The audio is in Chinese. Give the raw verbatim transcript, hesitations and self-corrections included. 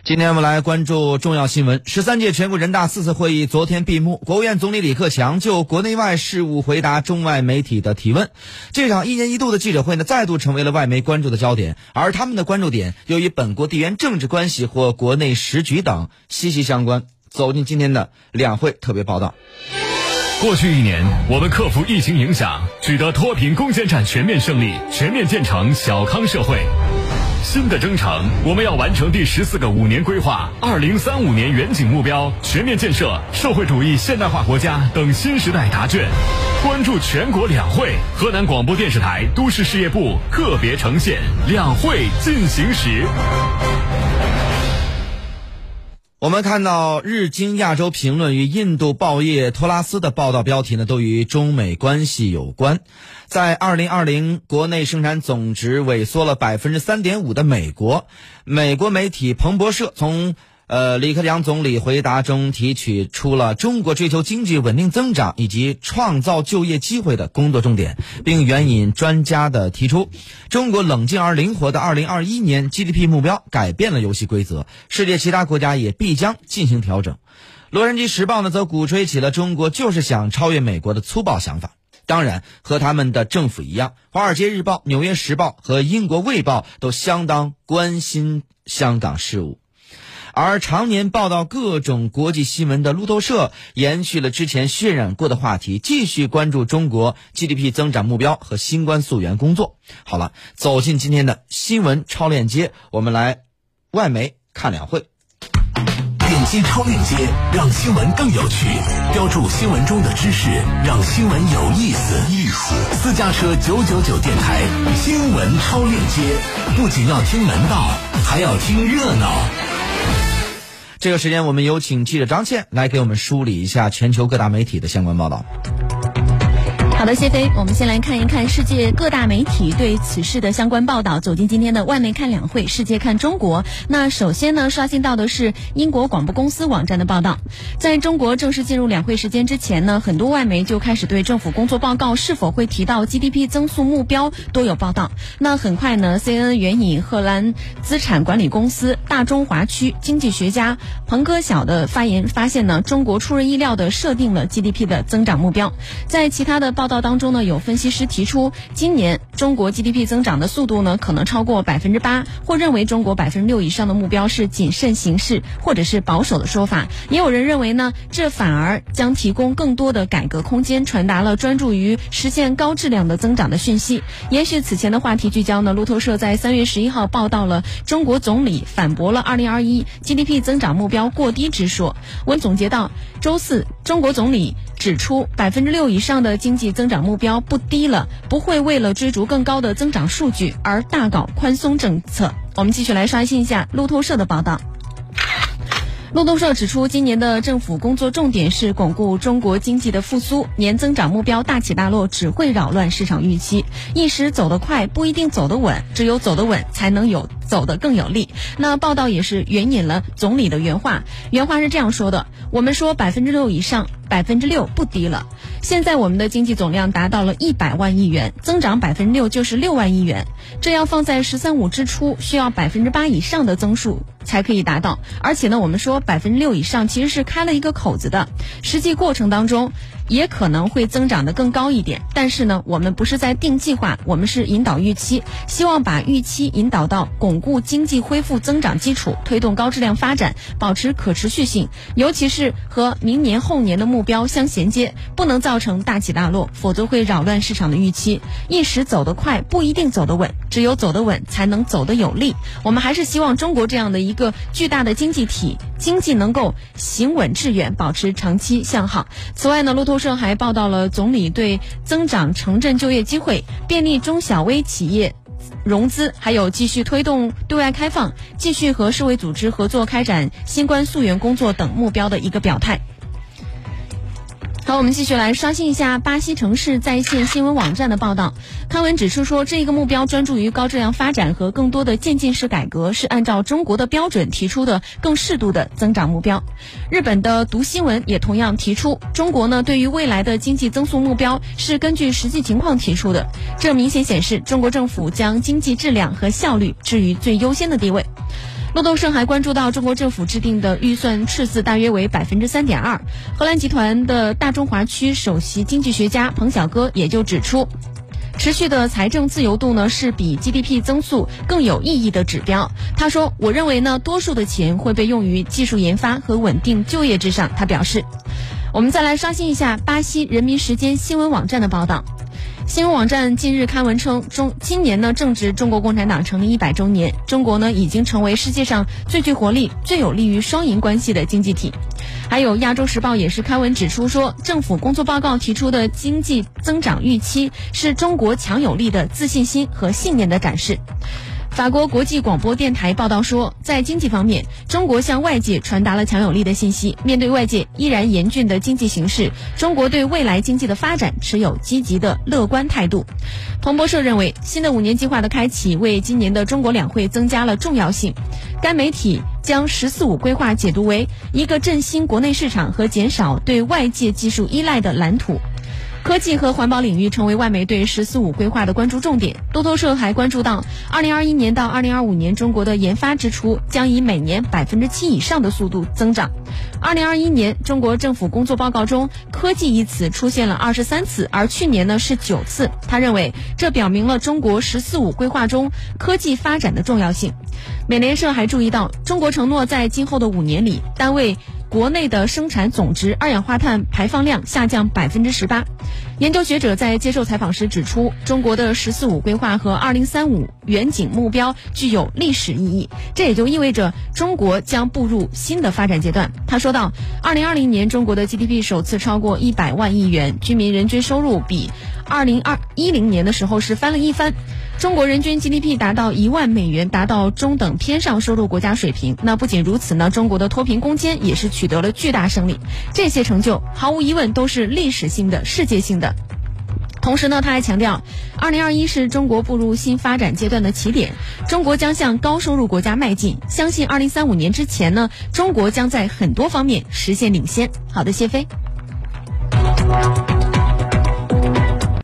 今天我们来关注重要新闻。十三届全国人大四次会议昨天闭幕，国务院总理李克强就国内外事务回答中外媒体的提问。这场一年一度的记者会呢，再度成为了外媒关注的焦点，而他们的关注点又与本国地缘政治关系或国内时局等息息相关。走进今天的两会特别报道。 过去一年，我们克服疫情影响，取得脱贫攻坚战全面胜利，全面建成小康社会。新的征程，我们要完成第十四个五年规划、二零三五年远景目标，全面建设社会主义现代化国家等新时代答卷。关注全国两会，河南广播电视台都市事业部特别呈现两会进行时。 我们看到日经亚洲评论与印度报业托拉斯的报道标题呢，都与中美关系有关。在二零二零国内生产总值萎缩了 百分之三点五 的美国，美国媒体彭博社从呃，李克强总理回答中提取出了中国追求经济稳定增长以及创造就业机会的工作重点，并援引专家的提出，中国冷静而灵活的二零二一年 G D P 目标改变了游戏规则，世界其他国家也必将进行调整。洛杉矶时报呢，则鼓吹起了中国就是想超越美国的粗暴想法。当然，和他们的政府一样，华尔街日报、纽约时报和英国卫报都相当关心香港事务。而常年报道各种国际新闻的路透社延续了之前渲染过的话题，继续关注中国 G D P 增长目标和新冠溯源工作。好了，走进今天的新闻超链接，我们来外媒看两会。 点击超链接，让新闻更有趣，标注新闻中的知识，让新闻有意思。意思私家车九九九电台新闻超链接，不仅要听门道，还要听热闹。 这个时间我们有请记者张倩来给我们梳理一下全球各大媒体的相关报道。 好的，谢飞，我们先来看一看世界各大媒体对此事的相关报道。走进今天的外媒看两会，世界看中国。那首先呢，刷新到的是英国广播公司网站的报道。在中国正式进入两会时间之前呢，很多外媒就开始对政府工作报告是否会提到 G D P 增速目标都有报道。那很快呢 ，C N N 援引荷兰资产管理公司大中华区经济学家彭戈晓的发言发现呢，中国出人意料地设定了 G D P 的增长目标。在其他的报道当中呢，有分析师提出，今年中国 G D P 增长的速度呢可能超过 百分之八， 或认为中国 百分之六 以上的目标是谨慎行事或者是保守的说法。也有人认为呢，这反而将提供更多的改革空间，传达了专注于实现高质量的增长的讯息。延续此前的话题聚焦呢，路透社在三月十一号报道了中国总理反驳了二零二一 G D P 增长目标过低之说。文总结到，周四中国总理指出 百分之六 以上的经济增长目标不低了，不会为了追逐更高的增长数据而大搞宽松政策。我们继续来刷新一下路透社的报道。路透社指出，今年的政府工作重点是巩固中国经济的复苏，年增长目标大起大落只会扰乱市场预期，一时走得快不一定走得稳，只有走得稳才能有走得更有力。那报道也是援引了总理的原话，原话是这样说的：我们说 百分之六 以上 百分之六 不低了，现在我们的经济总量达到了一百万亿元，增长 百分之六 就是六万亿元，这要放在十三五之初需要 百分之八 以上的增速才可以达到。而且呢，我们说 百分之六 以上其实是开了一个口子的，实际过程当中也可能会增长得更高一点，但是呢，我们不是在定计划，我们是引导预期，希望把预期引导到巩固经济恢复增长基础，推动高质量发展，保持可持续性，尤其是和明年后年的目标相衔接，不能造成大起大落，否则会扰乱市场的预期。一时走得快不一定走得稳，只有走得稳才能走得有力。我们还是希望中国这样的一个巨大的经济体，经济能够行稳致远，保持长期向好。此外呢，路透社还报道了总理对增长城镇就业机会、便利中小微企业融资，还有继续推动对外开放、继续和世卫组织合作开展新冠溯源工作等目标的一个表态。好，我们继续来刷新一下巴西城市在线新闻网站的报道。刊文指出说，这个目标专注于高质量发展和更多的渐进式改革，是按照中国的标准提出的更适度的增长目标。日本的读新闻也同样提出，中国呢对于未来的经济增速目标是根据实际情况提出的，这明显显示中国政府将经济质量和效率置于最优先的地位。 路透社还关注到中国政府制定的预算赤字大约为百分之三点二。荷兰集团的大中华区首席经济学家彭晓歌也就指出，持续的财政自由度呢是比 G D P 增速更有意义的指标。他说，我认为呢多数的钱会被用于技术研发和稳定就业之上。他表示，我们再来刷新一下巴西人民时间新闻网站的报道。新闻网站近日刊文称，中今年呢正值中国共产党成立一百周年，中国呢已经成为世界上最具活力、最有利于双赢关系的经济体。还有亚洲时报也是刊文指出说，政府工作报告提出的经济增长预期是中国强有力的自信心和信念的展示。法国国际广播电台报道说，在经济方面，中国向外界传达了强有力的信息。面对外界依然严峻的经济形势，中国对未来经济的发展持有积极的乐观态度。彭博社认为，新的五年计划的开启为今年的中国两会增加了重要性。该媒体将“十四五”规划解读为一个振兴国内市场和减少对外界技术依赖的蓝图。科技和环保领域成为外媒对“十四五”规划的关注重点。路透社还关注到，二零二一年到二零二五年，中国的研发支出将以每年百分之七以上的速度增长。二零二一年，中国政府工作报告中“科技”一词出现了二十三次，而去年呢是九次。他认为，这表明了中国“十四五”规划中科技发展的重要性。美联社还注意到，中国承诺在今后的五年里，单位国内的生产总值二氧化碳排放量下降百分之十八。研究学者在接受采访时指出，中国的“十四五”规划和二零三五远景目标具有历史意义，这也就意味着中国将步入新的发展阶段。他说道，二零二零年中国的 G D P 首次超过一百万亿元，居民人均收入比二零一零年的时候是翻了一番。中国人均 G D P 达到一万美元，达到中等偏上收入国家水平。那不仅如此呢，中国的脱贫攻坚也是取得了巨大胜利。这些成就毫无疑问都是历史性的、世界性的。同时呢，他还强调，二零二一是中国步入新发展阶段的起点，中国将向高收入国家迈进。相信二零三五年之前呢，中国将在很多方面实现领先。好的，谢飞。